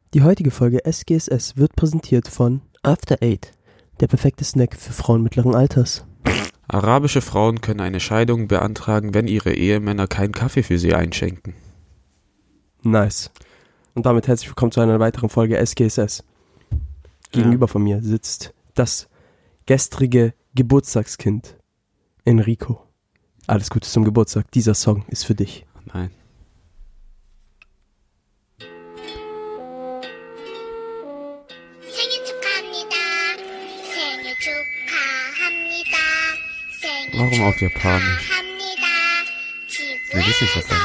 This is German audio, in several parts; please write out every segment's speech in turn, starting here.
Die heutige Folge SGSS wird präsentiert von After Eight, der perfekte Snack für Frauen mittleren Alters. Arabische Frauen können eine Scheidung beantragen, wenn ihre Ehemänner keinen Kaffee für sie einschenken. Nice. Und damit herzlich willkommen zu einer weiteren Folge SGSS. Gegenüber von mir sitzt das gestrige Geburtstagskind Enrico. Alles Gute zum Geburtstag. Dieser Song ist für dich. Nein. Warum auf Japanisch? Wir wissen nicht Japanisch.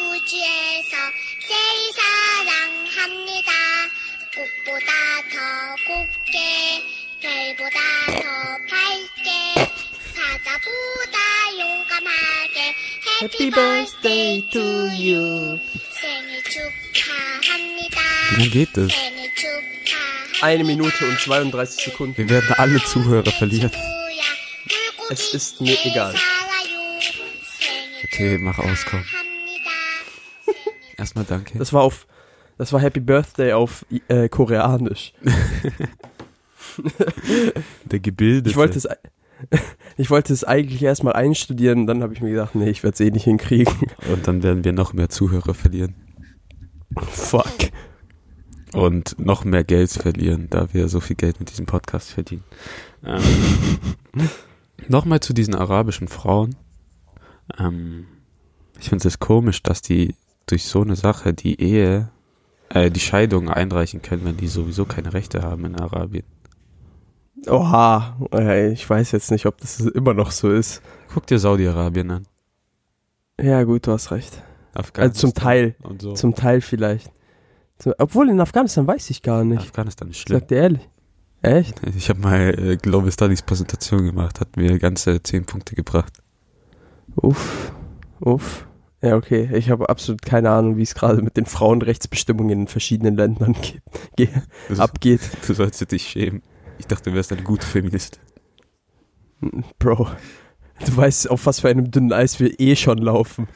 Happy Birthday to you. Wie lange geht das? 1 Minute und 32 Sekunden. Wir werden alle Zuhörer verlieren. Es ist mir egal. Okay, mach aus, komm. Erstmal danke. Das war Happy Birthday auf Koreanisch. Der Gebildete. Ich wollte es eigentlich erstmal einstudieren, dann habe ich mir gedacht, nee, ich werde es eh nicht hinkriegen. Und dann werden wir noch mehr Zuhörer verlieren. Fuck. Und noch mehr Geld verlieren, da wir so viel Geld mit diesem Podcast verdienen. Nochmal zu diesen arabischen Frauen. Ich finde es komisch, dass die durch so eine Sache die Scheidung einreichen können, wenn die sowieso keine Rechte haben in Arabien. Oha, ich weiß jetzt nicht, ob das immer noch so ist. Guck dir Saudi-Arabien an. Ja gut, du hast recht. Afghanistan Also zum Teil, und so. zum Teil vielleicht. Obwohl in Afghanistan weiß ich gar nicht. Afghanistan ist schlimm. Sag dir ehrlich. Echt? Ich habe mal Global Studies Präsentation gemacht, hat mir ganze 10 Punkte gebracht. Uff. Ja, okay. Ich habe absolut keine Ahnung, wie es gerade mit den Frauenrechtsbestimmungen in verschiedenen Ländern abgeht. Du sollst dich schämen. Ich dachte, du wärst eine gute Feminist. Bro, du weißt, auf was für einem dünnen Eis wir schon laufen.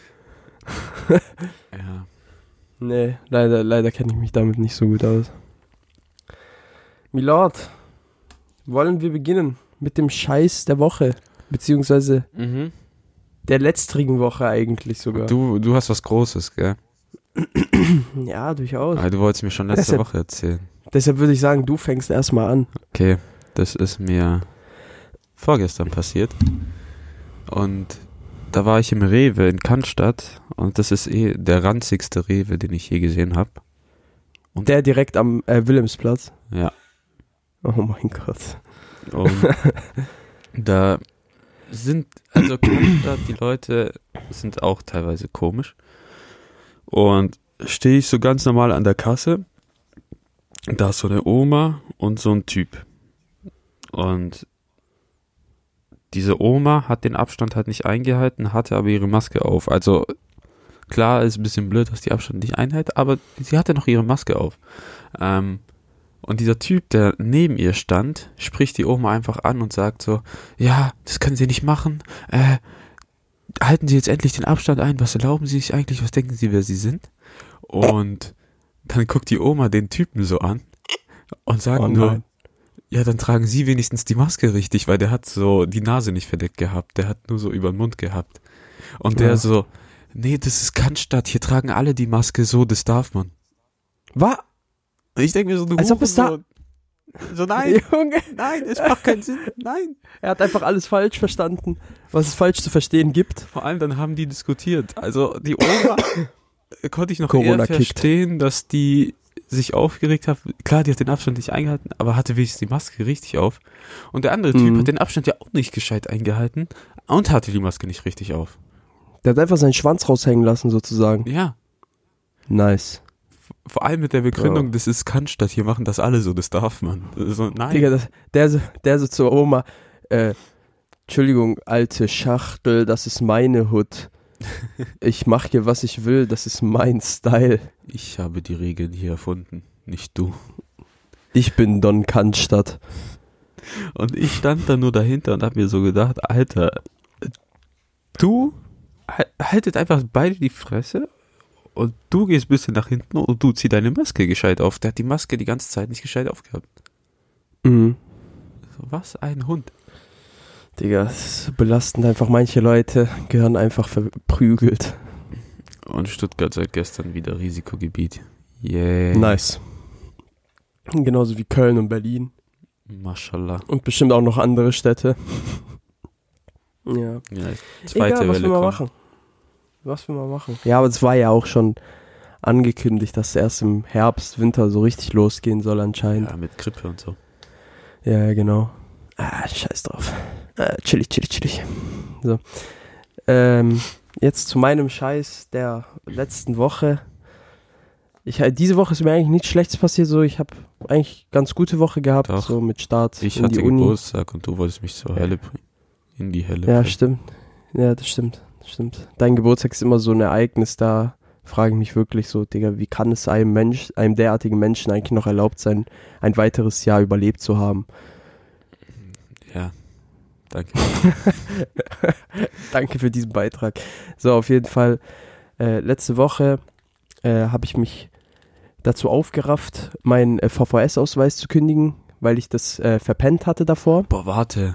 Ja. Nee, leider kenne ich mich damit nicht so gut aus. Milord, wollen wir beginnen mit dem Scheiß der Woche? Beziehungsweise der letztrigen Woche eigentlich sogar. Du hast was Großes, gell? Ja, durchaus. Aber du wolltest mir schon letzte Woche erzählen. Deshalb würde ich sagen, du fängst erstmal an. Okay, das ist mir vorgestern passiert. Und da war ich im Rewe in Cannstatt. Und das ist der ranzigste Rewe, den ich je gesehen habe. Der direkt am Wilhelmsplatz? Ja. Oh mein Gott. Und da sind, also Cannstatt, die Leute sind auch teilweise komisch. Und stehe ich so ganz normal an der Kasse. Da ist so eine Oma und so ein Typ. Und diese Oma hat den Abstand halt nicht eingehalten, hatte aber ihre Maske auf. Also klar, ist ein bisschen blöd, dass die Abstand nicht einhält, aber sie hatte noch ihre Maske auf. Und dieser Typ, der neben ihr stand, spricht die Oma einfach an und sagt so, ja, das können Sie nicht machen. Halten Sie jetzt endlich den Abstand ein. Was erlauben Sie sich eigentlich? Was denken Sie, wer Sie sind? Und dann guckt die Oma den Typen so an und sagt nur, ja, dann tragen Sie wenigstens die Maske richtig, weil der hat so die Nase nicht verdeckt gehabt. Der hat nur so über den Mund gehabt. Und der so, nee, das ist Cannstatt, hier tragen alle die Maske so, das darf man. Was? Ich denke mir so, als ob es da... So, nein, Junge. nein, es macht keinen Sinn, nein. Er hat einfach alles falsch verstanden, was es falsch zu verstehen gibt. Vor allem dann haben die diskutiert. Also die Oma konnte ich noch Corona eher verstehen, dass die sich aufgeregt hat. Klar, die hat den Abstand nicht eingehalten, aber hatte wenigstens die Maske richtig auf. Und der andere Typ hat den Abstand ja auch nicht gescheit eingehalten und hatte die Maske nicht richtig auf. Der hat einfach seinen Schwanz raushängen lassen, sozusagen. Ja. Nice. Vor allem mit der Begründung, das ist Cannstatt, hier machen das alle so, das darf man. So, nein. Digga, der so zur Oma, Entschuldigung, alte Schachtel, das ist meine Hut. Ich mache hier, was ich will, das ist mein Style. Ich habe die Regeln hier erfunden, nicht du. Ich bin Don Cannstatt. Und ich stand da nur dahinter und habe mir so gedacht, Alter, du haltet einfach beide die Fresse Und du gehst ein bisschen nach hinten und du ziehst deine Maske gescheit auf. Der hat die Maske die ganze Zeit nicht gescheit aufgehabt. Mhm. So, was ein Hund. Digga, das ist belastend einfach. Manche Leute gehören einfach verprügelt. Und Stuttgart seit gestern wieder Risikogebiet. Yeah. Nice. Genauso wie Köln und Berlin. Mashallah. Und bestimmt auch noch andere Städte. Ja. Ja, zweite Egal, was Welle wir mal kommt. machen. Was wir mal machen. Ja, aber es war ja auch schon angekündigt, dass erst im Herbst, Winter so richtig losgehen soll anscheinend. Ja, mit Grippe und so. Ja, genau. Scheiß drauf. Chillig. So. Jetzt zu meinem Scheiß der letzten Woche. Diese Woche ist mir eigentlich nichts Schlechtes passiert. So, ich habe eigentlich ganz gute Woche gehabt, Doch. so mit Start Ich in hatte die Uni. Geburtstag und du wolltest mich zur Hölle bringen. In die Hölle. Ja, bringen. stimmt. Ja, das stimmt. Dein Geburtstag ist immer so ein Ereignis, da frage ich mich wirklich so, Digga, wie kann es einem derartigen Menschen eigentlich noch erlaubt sein, ein weiteres Jahr überlebt zu haben? Ja, danke. Danke für diesen Beitrag. So, auf jeden Fall, letzte Woche habe ich mich dazu aufgerafft, meinen VVS-Ausweis zu kündigen, weil ich das verpennt hatte davor. Boah, warte.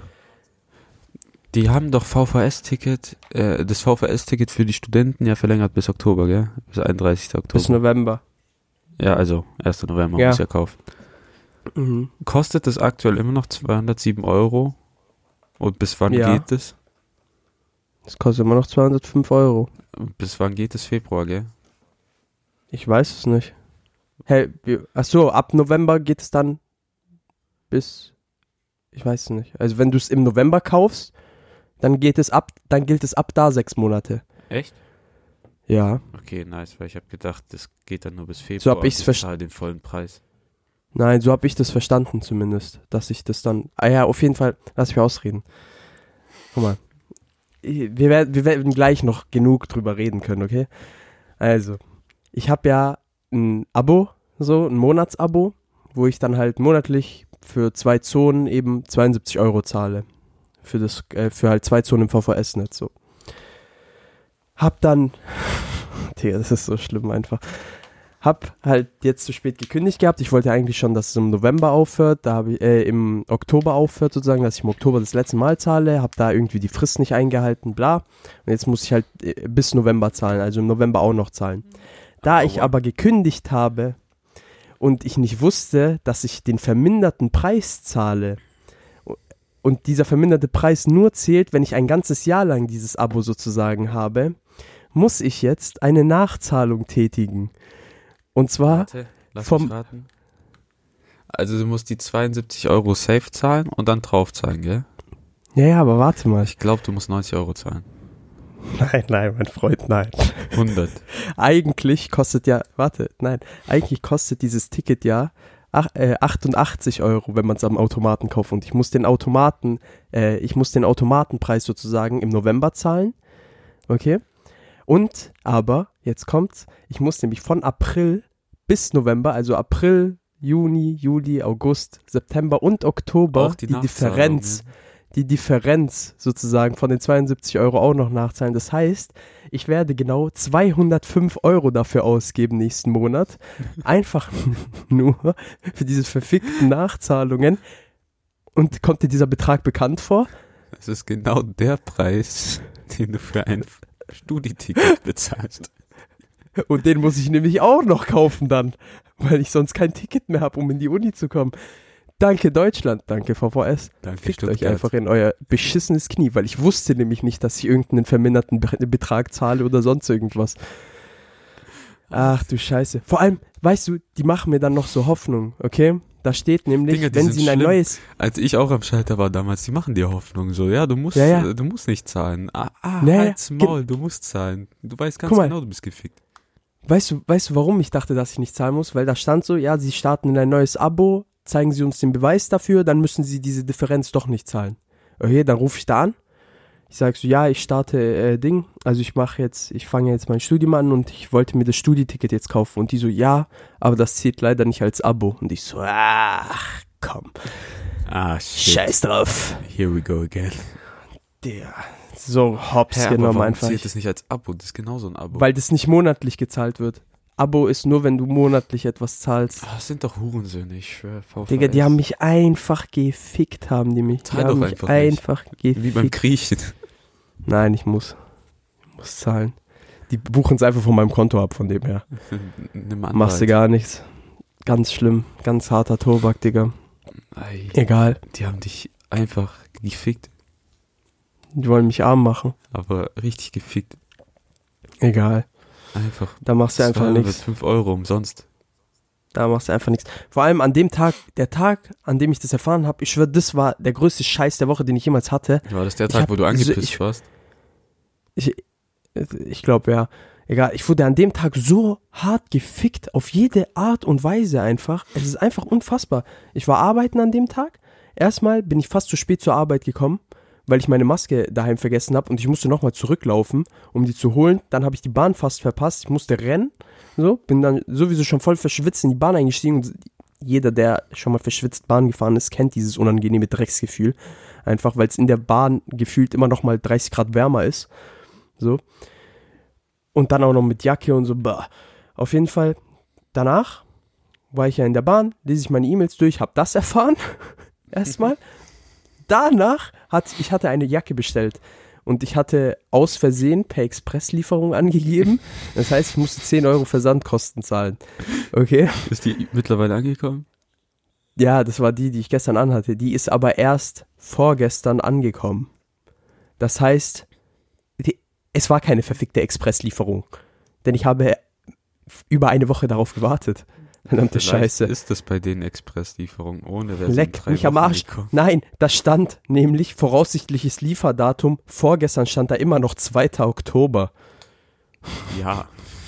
Die haben doch VVS-Ticket, das VVS-Ticket für die Studenten ja verlängert bis Oktober, gell? Bis 31. Oktober. Bis November. Ja, also 1. November Ja. muss ja kaufen. Mhm. Kostet das aktuell immer noch 207 Euro? Und bis wann Ja. geht es? Das kostet immer noch 205 Euro. Bis wann geht es? Februar, gell? Ich weiß es nicht. Hey, achso, ab November geht es dann bis, ich weiß es nicht. Also wenn du es im November kaufst, dann gilt es ab da 6 Monate. Echt? Ja. Okay, nice, weil ich habe gedacht, das geht dann nur bis Februar. So hab ich's und ich verstanden. zahle den vollen Preis. Nein, so habe ich das verstanden zumindest, dass ich das dann, ja, auf jeden Fall, lass mich ausreden. Guck mal, wir werden gleich noch genug drüber reden können, okay? Also, ich habe ja ein Abo, so ein Monatsabo, wo ich dann halt monatlich für 2 Zonen eben 72 Euro zahle. Für halt 2 Zonen im VVS-Netz, so. Hab dann, Digga, das ist so schlimm einfach. Hab halt jetzt zu spät gekündigt gehabt. Ich wollte eigentlich schon, dass es im November aufhört. Da habe ich im Oktober aufhört sozusagen, dass ich im Oktober das letzte Mal zahle. Hab da irgendwie die Frist nicht eingehalten, bla. Und jetzt muss ich halt bis November zahlen, also im November auch noch zahlen. Da ich aber gekündigt habe und ich nicht wusste, dass ich den verminderten Preis zahle und dieser verminderte Preis nur zählt, wenn ich ein ganzes Jahr lang dieses Abo sozusagen habe, muss ich jetzt eine Nachzahlung tätigen. Und zwar Warte, lass mich raten. Also du musst die 72 Euro safe zahlen und dann drauf zahlen, gell? Ja, aber warte mal. Ich glaube, du musst 90 Euro zahlen. Nein, mein Freund, nein. 100. Eigentlich kostet dieses Ticket ja 88 Euro, wenn man es am Automaten kauft. Und ich muss den Automatenpreis sozusagen im November zahlen. Okay? Und, aber, jetzt kommt's, ich muss nämlich von April bis November, also April, Juni, Juli, August, September und Oktober, Auch die die Differenz sozusagen von den 72 Euro auch noch nachzahlen. Das heißt, ich werde genau 205 Euro dafür ausgeben nächsten Monat. Einfach nur für diese verfickten Nachzahlungen. Und kommt dir dieser Betrag bekannt vor? Das ist genau der Preis, den du für ein Studieticket bezahlst. Und den muss ich nämlich auch noch kaufen dann, weil ich sonst kein Ticket mehr habe, um in die Uni zu kommen. Danke Deutschland, danke VVS. Danke Fickt Stuttgart. euch einfach in euer beschissenes Knie, weil ich wusste nämlich nicht, dass ich irgendeinen verminderten Betrag zahle oder sonst irgendwas. Ach du Scheiße. Vor allem, weißt du, die machen mir dann noch so Hoffnung, okay? Da steht nämlich, Dinger, die wenn sind sie in ein schlimm. neues... Als ich auch am Schalter war damals, die machen dir Hoffnung so, ja, du musst nicht zahlen. Halt's Maul, du musst zahlen. Du weißt ganz Guck mal. genau, du bist gefickt. Weißt du, warum ich dachte, dass ich nicht zahlen muss? Weil da stand so, ja, sie starten in ein neues Abo, zeigen sie uns den Beweis dafür, dann müssen sie diese Differenz doch nicht zahlen. Okay, dann rufe ich da an. Ich sage so, ja, ich starte also ich fange jetzt mein Studium an und ich wollte mir das Studieticket jetzt kaufen. Und die so, ja, aber das zählt leider nicht als Abo. Und ich so, ach, komm. Shit. Scheiß drauf. Here we go again. Der, so hops genommen warum einfach. zählt das nicht als Abo? Das ist genauso ein Abo. Weil das nicht monatlich gezahlt wird. Abo ist nur, wenn du monatlich etwas zahlst. Das sind doch Hurensöhne, ich schwöre. Digga, die haben mich einfach gefickt, haben die mich. Die Zahl haben doch mich einfach gefickt. Wie beim Kriechen. Nein, ich muss zahlen. Die buchen es einfach von meinem Konto ab, von dem her. Nimm an. Machst du gar nichts. Ganz schlimm, ganz harter Tobak, Digga. Ey, Egal, die haben dich einfach gefickt. die wollen mich arm machen. Aber richtig gefickt. Egal, Einfach. da machst du einfach nichts. 5 Euro umsonst. Da machst du einfach nichts. Vor allem an dem Tag, der Tag, an dem ich das erfahren habe, ich schwöre, das war der größte Scheiß der Woche, den ich jemals hatte. War das der Tag, wo du angepisst warst? Ich glaube, ja. Egal, ich wurde an dem Tag so hart gefickt, auf jede Art und Weise einfach. Es ist einfach unfassbar. Ich war arbeiten an dem Tag. Erstmal bin ich fast zu spät zur Arbeit gekommen, weil ich meine Maske daheim vergessen habe und ich musste nochmal zurücklaufen, um die zu holen. Dann habe ich die Bahn fast verpasst. Ich musste rennen. So, bin dann sowieso schon voll verschwitzt in die Bahn eingestiegen. Und jeder, der schon mal verschwitzt Bahn gefahren ist, kennt dieses unangenehme Drecksgefühl. Einfach, weil es in der Bahn gefühlt immer noch mal 30 Grad wärmer ist. So. Und dann auch noch mit Jacke und so. Bah. Auf jeden Fall, danach war ich ja in der Bahn, lese ich meine E-Mails durch, habe das erfahren. Erstmal. Danach ich hatte eine Jacke bestellt. Und ich hatte aus Versehen per Expresslieferung angegeben. Das heißt, ich musste 10 Euro Versandkosten zahlen. Okay? Ist die mittlerweile angekommen? Ja, das war die ich gestern anhatte. Die ist aber erst vorgestern angekommen. Das heißt, es war keine verfickte Expresslieferung. Denn ich habe über eine Woche darauf gewartet. Verdammte Scheiße. Ist das bei denen Expresslieferung ohne Version? Leck mich am Arsch. Nein, da stand nämlich voraussichtliches Lieferdatum. Vorgestern stand da immer noch 2. Oktober. Ja.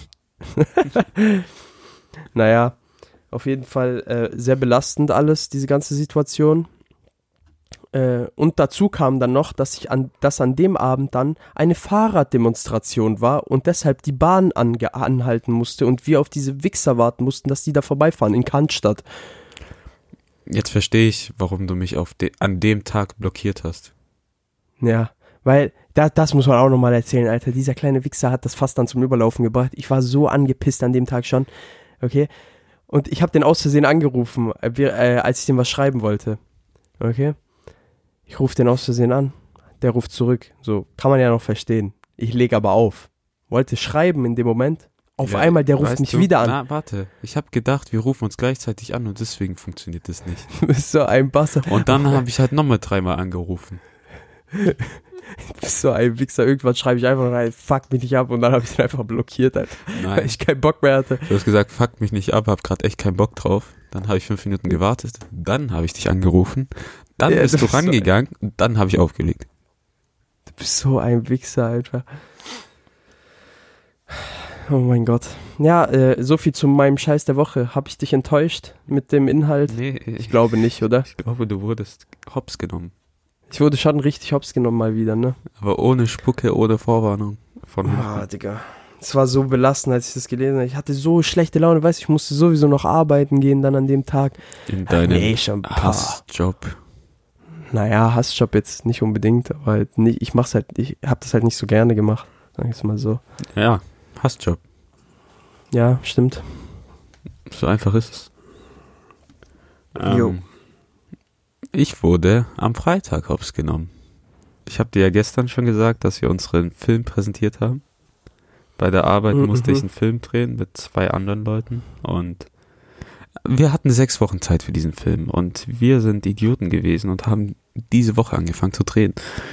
Naja, auf jeden Fall sehr belastend alles, diese ganze Situation. Und dazu kam dann noch, dass an dem Abend dann eine Fahrraddemonstration war und deshalb die Bahn anhalten musste und wir auf diese Wichser warten mussten, dass die da vorbeifahren in Cannstatt. Jetzt verstehe ich, warum du mich an dem Tag blockiert hast. Ja, weil das muss man auch nochmal erzählen, Alter. Dieser kleine Wichser hat das fast dann zum Überlaufen gebracht. Ich war so angepisst an dem Tag schon. Okay? Und ich habe den aus Versehen angerufen, als ich dem was schreiben wollte. Okay? Ich rufe den aus Versehen an, der ruft zurück. So, kann man ja noch verstehen. Ich lege aber auf. Wollte schreiben in dem Moment. Auf einmal, der ruft mich wieder an. Na, warte. Ich habe gedacht, wir rufen uns gleichzeitig an und deswegen funktioniert das nicht. Du bist so ein Basser. Und dann habe ich halt nochmal 3-mal angerufen. Du bist so ein Wichser. Irgendwann schreibe ich einfach rein, fuck mich nicht ab und dann habe ich den einfach blockiert, Alter. Nein. Weil ich keinen Bock mehr hatte. Du hast gesagt, fuck mich nicht ab, hab grad echt keinen Bock drauf. Dann habe ich 5 Minuten gewartet. Dann habe ich dich angerufen. Dann bist du rangegangen und dann habe ich aufgelegt. Du bist so ein Wichser, Alter. Oh mein Gott. Ja, so viel zu meinem Scheiß der Woche. Habe ich dich enttäuscht mit dem Inhalt? Nee, Ich glaube nicht, oder? ich glaube, du wurdest hops genommen. Ich wurde schon richtig hops genommen mal wieder, ne? Aber ohne Spucke, ohne Vorwarnung. Digga. Es war so belastend, als ich das gelesen habe. Ich hatte so schlechte Laune, weißt du, ich musste sowieso noch arbeiten gehen dann an dem Tag. In deinem schon Hassjob. Naja, Hassjob jetzt nicht unbedingt, aber halt nicht, ich habe das halt nicht so gerne gemacht, sag ich mal so. Ja, Hassjob. Ja, stimmt. So einfach ist es. Jo. Ich wurde am Freitag hops genommen. Ich habe dir ja gestern schon gesagt, dass wir unseren Film präsentiert haben. Bei der Arbeit musste ich einen Film drehen mit 2 anderen Leuten und wir hatten 6 Wochen Zeit für diesen Film und wir sind Idioten gewesen und haben diese Woche angefangen zu drehen.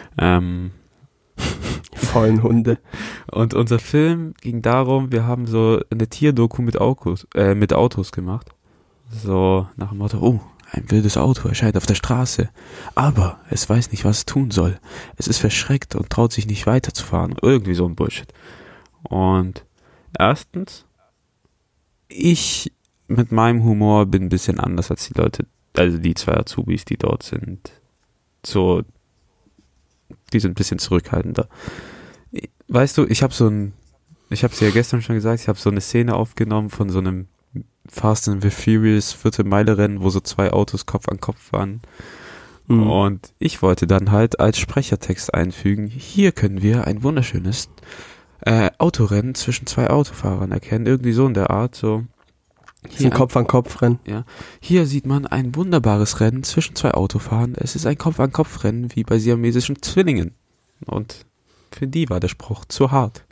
Die faulen Hunde. Und unser Film ging darum, wir haben so eine Tierdoku mit Autos gemacht. So nach dem Motto, oh, ein wildes Auto erscheint auf der Straße, aber es weiß nicht, was es tun soll. Es ist verschreckt und traut sich nicht weiterzufahren. Irgendwie so ein Bullshit. Und erstens, ich mit meinem Humor bin ein bisschen anders als die Leute, also die 2 Azubis, die dort sind. So, die sind ein bisschen zurückhaltender. Weißt du, ich habe es ja gestern schon gesagt, ich habe so eine Szene aufgenommen von so einem Fast and the Furious 4. Meile Rennen, wo so 2 Autos Kopf an Kopf waren. Und ich wollte dann halt als Sprechertext einfügen, hier können wir ein wunderschönes Autorennen zwischen zwei Autofahrern erkennen. Irgendwie so in der Art, so. Hier ein Kopf-an-Kopf-Rennen. Ja. Hier sieht man ein wunderbares Rennen zwischen zwei Autofahrern. Es ist ein Kopf-an-Kopf-Rennen wie bei siamesischen Zwillingen. Und für die war der Spruch zu hart.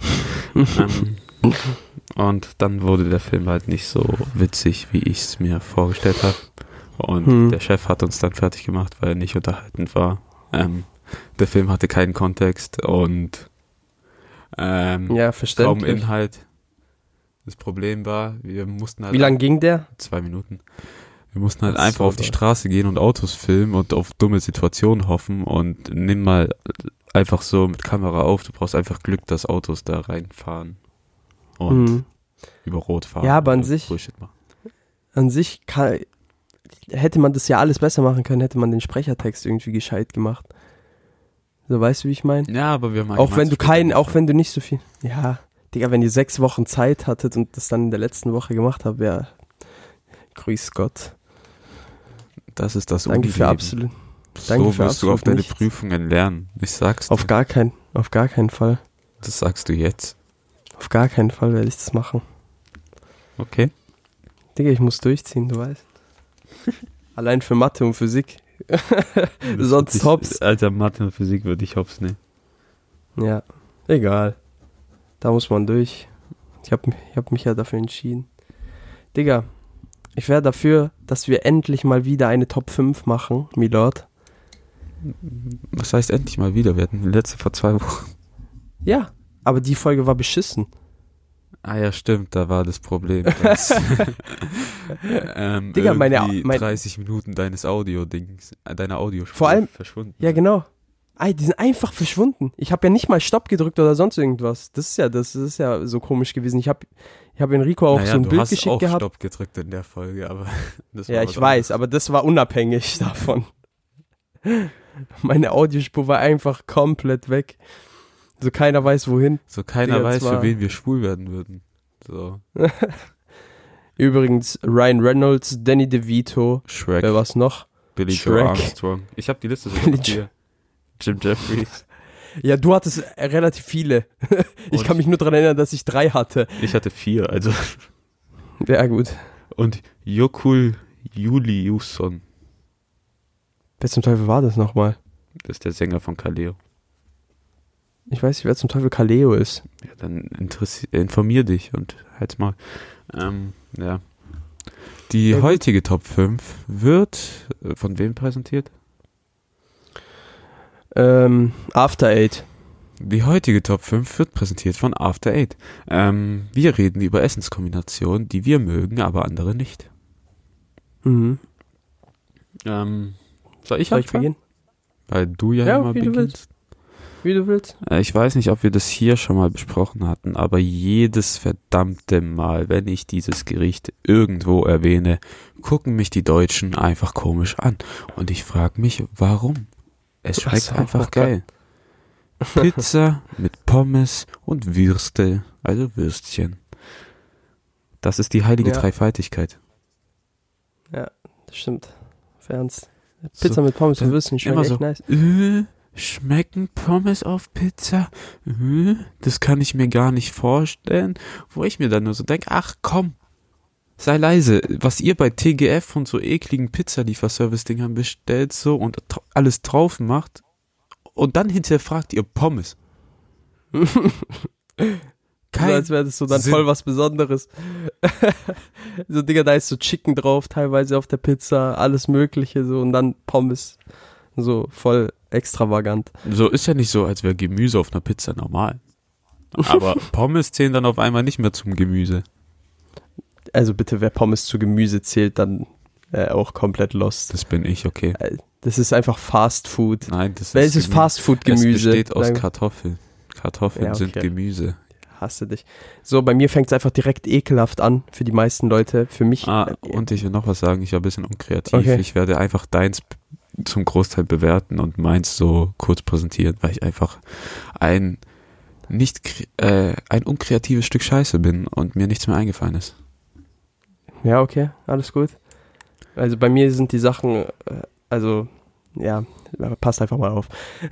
Und dann wurde der Film halt nicht so witzig, wie ich es mir vorgestellt habe. Und der Chef hat uns dann fertig gemacht, weil er nicht unterhaltend war. Der Film hatte keinen Kontext und ja, kaum verständlich. Inhalt. Das Problem war, wir mussten halt... Wie lang ging der? 2 Minuten. Wir mussten halt Ach so, einfach auf die Straße gehen und Autos filmen und auf dumme Situationen hoffen und nimm mal einfach so mit Kamera auf. Du brauchst einfach Glück, dass Autos da reinfahren und über Rot fahren. Ja, aber an und sich- Bullshit machen. An sich hätte man das ja alles besser machen können, hätte man den Sprechertext irgendwie gescheit gemacht. So, weißt du, wie ich meine? Ja, aber wir haben Auch wenn du nicht so viel... Ja, Digga, wenn ihr 6 Wochen Zeit hattet und das dann in der letzten Woche gemacht habt, ja, grüß Gott. Das ist das Danke für Unileben. absolut. Danke So für wirst du auf absolut deine nichts. Prüfungen lernen. Ich sag's dir. Auf gar keinen Fall. Das sagst du jetzt. Auf gar keinen Fall werde ich das machen. Okay. Digga, ich muss durchziehen, du weißt. Allein für Mathe und Physik. Sonst hops. Alter, Mathe und Physik würde ich hops nehmen. Ja, egal. Da muss man durch. Ich hab mich ja dafür entschieden. Digga, ich wäre dafür, dass wir endlich mal wieder eine Top 5 machen, Milord. Was heißt endlich mal wieder? Wir hatten die letzte vor 2 Wochen. Ja, aber die Folge war beschissen. Ah ja, stimmt, da war das Problem. Dass, Digga, mein 30 Minuten deines Audio-Dings, deiner Audiospur Vor allem- verschwunden. Ja, genau. Die sind einfach verschwunden. Ich habe ja nicht mal Stopp gedrückt oder sonst irgendwas. Das ist ja so komisch gewesen. Ich hab Enrico auch so ein Bild geschickt du hast auch gehabt. Stopp gedrückt in der Folge, aber das war Ja, was ich weiß, aber das war unabhängig davon. Meine Audiospur war einfach komplett weg. So keiner weiß wohin. So keiner Digga, weiß, das war- für wen wir schwul werden würden. So, Übrigens Ryan Reynolds, Danny DeVito, Shrek, wer was noch? Billy Shrek. Joe Armstrong. Ich habe die Liste sogar Billy noch hier. Jim Jeffries. Ja, du hattest relativ viele. Ich Und- kann mich nur daran erinnern, dass ich 3 hatte. Ich hatte 4, also. Ja, gut. Und Jokul Juliusson, Wer zum Teufel war das nochmal? das ist der Sänger von Kaleo. Ich weiß nicht, wer zum Teufel Kaleo ist. Ja, dann informier dich und halt's mal. Ja. Die Ja, gut. heutige Top 5 wird von wem präsentiert? After Eight. Die heutige Top 5 wird präsentiert von After Eight. Wir reden über Essenskombinationen, die wir mögen, aber andere nicht. Mhm. Soll ich Soll ich anfangen? beginnen? Weil du ja, Ja, immer wie du beginnst. Wie du willst. Ich weiß nicht, ob wir das hier schon mal besprochen hatten, aber jedes verdammte Mal, wenn ich dieses Gericht irgendwo erwähne, gucken mich die Deutschen einfach komisch an. Und ich frage mich, warum? Es schmeckt so, einfach okay. geil. Pizza mit Pommes und Würste, also Würstchen. Das ist die heilige Ja. Dreifaltigkeit. Das stimmt. Auf Ernst. Pizza So, mit Pommes und dann Würstchen schmeckt immer echt so. nice. Schmecken Pommes auf Pizza? Das kann ich mir gar nicht vorstellen. Wo ich mir dann nur so denke, ach komm, sei leise. Was ihr bei TGF und so ekligen Pizzalieferservice-Dingern bestellt so und alles drauf macht und dann hinterher fragt ihr Pommes. So, Kein als wäre das so dann Sinn. voll was Besonderes. So, Digga, da ist so Chicken drauf, teilweise auf der Pizza, alles mögliche so und dann Pommes. So voll extravagant. So ist ja nicht so, als wäre Gemüse auf einer Pizza normal. Aber Pommes zählen dann auf einmal nicht mehr zum Gemüse. Also bitte, wer Pommes zu Gemüse zählt, dann auch komplett lost. Das bin ich, okay. Das ist einfach Fast Food. Nein, das Welches ist Gemüse. Fast Food Es Gemüse? besteht aus Sagen- Kartoffeln. Kartoffeln Ja, sind okay. Gemüse. Hasse dich. So, bei mir fängt es einfach direkt ekelhaft an, für die meisten Leute. Für mich. Und ich will noch was sagen, ich war ein bisschen unkreativ. Okay. Ich werde einfach deins zum Großteil bewerten und meins so kurz präsentieren, weil ich einfach ein unkreatives Stück Scheiße bin und mir nichts mehr eingefallen ist. Ja, okay, alles gut. Also bei mir sind die Sachen, also Ja, passt einfach mal auf.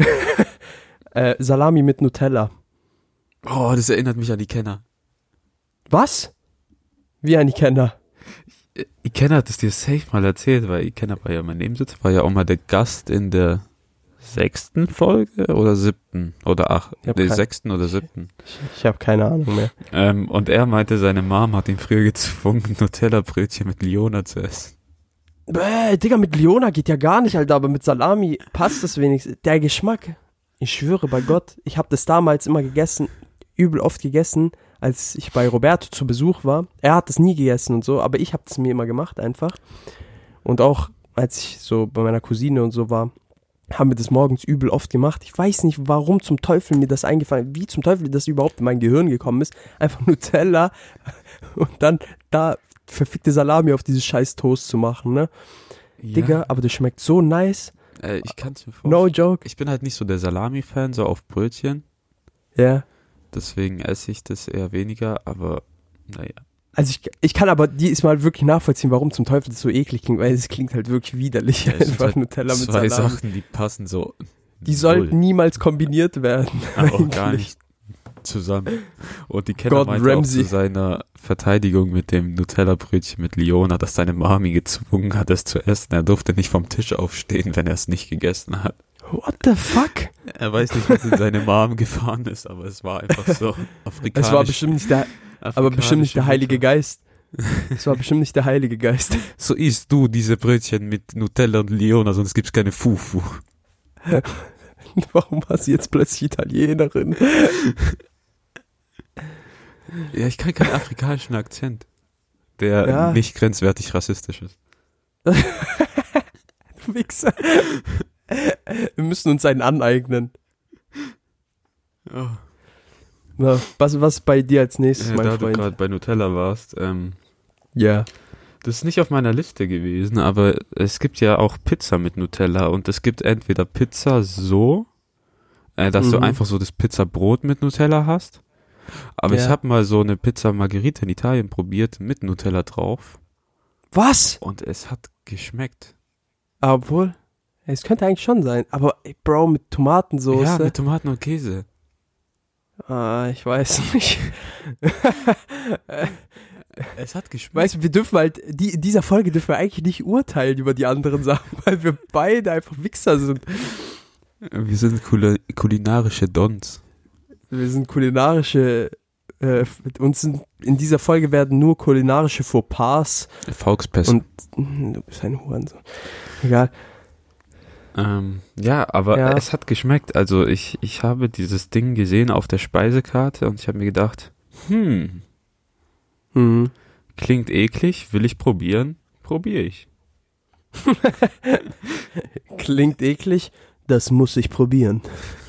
Salami mit Nutella. Oh, das erinnert mich an die Kenner. Was? Wie ein Kenner? Ikenna hat es dir safe mal erzählt, weil Ikenna war ja mein Nebensitzer, war ja auch mal der Gast in der 6. Folge oder 7. oder 8. Nee, 6. oder 7. Ich habe keine Ahnung mehr. Und er meinte, seine Mom hat ihn früher gezwungen, Nutella-Brötchen mit Liona zu essen. Digga, mit Liona geht ja gar nicht, Alter, aber mit Salami passt das wenigstens. Der Geschmack, ich schwöre bei Gott, ich habe das damals immer gegessen, übel oft gegessen, als ich bei Roberto zu Besuch war. Er hat das nie gegessen und so, aber ich habe das mir immer gemacht einfach. Und auch als ich so bei meiner Cousine und so war, haben wir das morgens übel oft gemacht. Ich weiß nicht, warum zum Teufel mir das eingefallen ist, wie zum Teufel das überhaupt in mein Gehirn gekommen ist. Einfach Nutella und dann da verfickte Salami auf dieses scheiß Toast zu machen, ne? Ja. Digga, aber das schmeckt so nice. Ich kann's mir vorstellen. No joke. Ich bin halt nicht so der Salami-Fan, so auf Brötchen. Ja. Deswegen esse ich das eher weniger, aber naja. Also ich kann aber diesmal wirklich nachvollziehen, warum zum Teufel das so eklig klingt, weil es klingt halt wirklich widerlich. Ja, einfach halt Nutella mit zwei Salami. Sachen, die passen so. Die sollten niemals kombiniert werden. Auch gar nicht zusammen. Und die Kenner meinte auch zu seiner Verteidigung mit dem Nutella-Brötchen mit Liona, dass seine Mami gezwungen hat, es zu essen. Er durfte nicht vom Tisch aufstehen, wenn er es nicht gegessen hat. What the fuck? Er weiß nicht, was in seine Mom gefahren ist, aber es war einfach so afrikanisch. Es war bestimmt nicht der Heilige Geist. Es war bestimmt nicht der Heilige Geist. So isst du diese Brötchen mit Nutella und Liona, sonst gibt's keine Fufu. Warum war sie jetzt plötzlich Italienerin? Ja, ich kann keinen afrikanischen Akzent, der nicht grenzwertig rassistisch ist. Du Wichser. Wir müssen uns einen aneignen. Oh. Na, was bei dir als nächstes, mein da Freund? du gerade bei Nutella warst, Ja. Das ist nicht auf meiner Liste gewesen, aber es gibt ja auch Pizza mit Nutella und es gibt entweder Pizza so, dass du einfach so das Pizzabrot mit Nutella hast, aber ich habe mal so eine Pizza Margherita in Italien probiert mit Nutella drauf. Was? Und es hat geschmeckt. Obwohl, es könnte eigentlich schon sein, aber ey, Bro, mit Tomatensauce. Ja, mit Tomaten und Käse. Ich weiß nicht. Es hat geschmeckt. Weißt du, wir dürfen halt, in dieser Folge dürfen wir eigentlich nicht urteilen über die anderen Sachen, weil wir beide einfach Wichser sind. Wir sind kulinarische Dons. Wir sind kulinarische, in dieser Folge werden nur kulinarische Fauxpas. Volkspest. Und du bist ein Hurensohn. Egal. Ja, aber es hat geschmeckt. Also ich habe dieses Ding gesehen auf der Speisekarte und ich habe mir gedacht, klingt eklig, will ich probieren? Probiere ich. Klingt eklig, das muss ich probieren.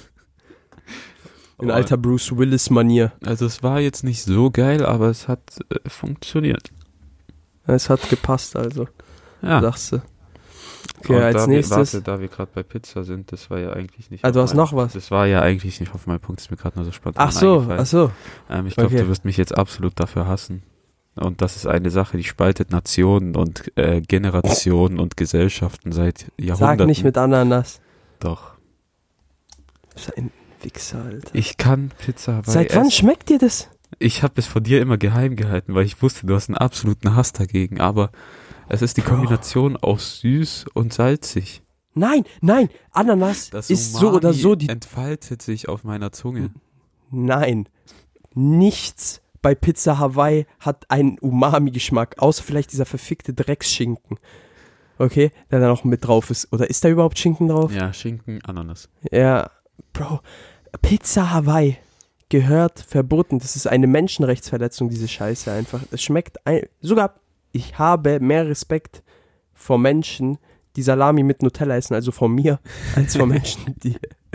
In alter Bruce Willis-Manier. Also es war jetzt nicht so geil, aber es hat funktioniert. Es hat gepasst, also. Ja. Sagst du. Okay, als nächstes. Da wir gerade bei Pizza sind, das war ja eigentlich nicht. Ah, du hast noch was? Das war ja eigentlich nicht auf meinem Punkt, ist mir gerade nur so spontan eingefallen. Ach so. Ich glaube, du wirst mich jetzt absolut dafür hassen. Und das ist eine Sache, die spaltet Nationen und Generationen und Gesellschaften seit Jahrhunderten. Sag nicht mit Ananas. Doch. Das ist ein Wichser, Alter. Ich kann Pizza Hawaii Seit wann schmeckt dir das? Ich habe es vor dir immer geheim gehalten, weil ich wusste, du hast einen absoluten Hass dagegen. Aber es ist die Kombination aus süß und salzig. Nein, Ananas das ist Umami so oder so die... entfaltet sich auf meiner Zunge. Nein, nichts bei Pizza Hawaii hat einen Umami-Geschmack, außer vielleicht dieser verfickte Drecksschinken. Okay, der da noch mit drauf ist. Oder ist da überhaupt Schinken drauf? Ja, Schinken, Ananas. Ja, Bro, Pizza Hawaii gehört verboten. Das ist eine Menschenrechtsverletzung, diese Scheiße einfach. Es schmeckt, sogar, ich habe mehr Respekt vor Menschen, die Salami mit Nutella essen, also vor mir, als vor Menschen, die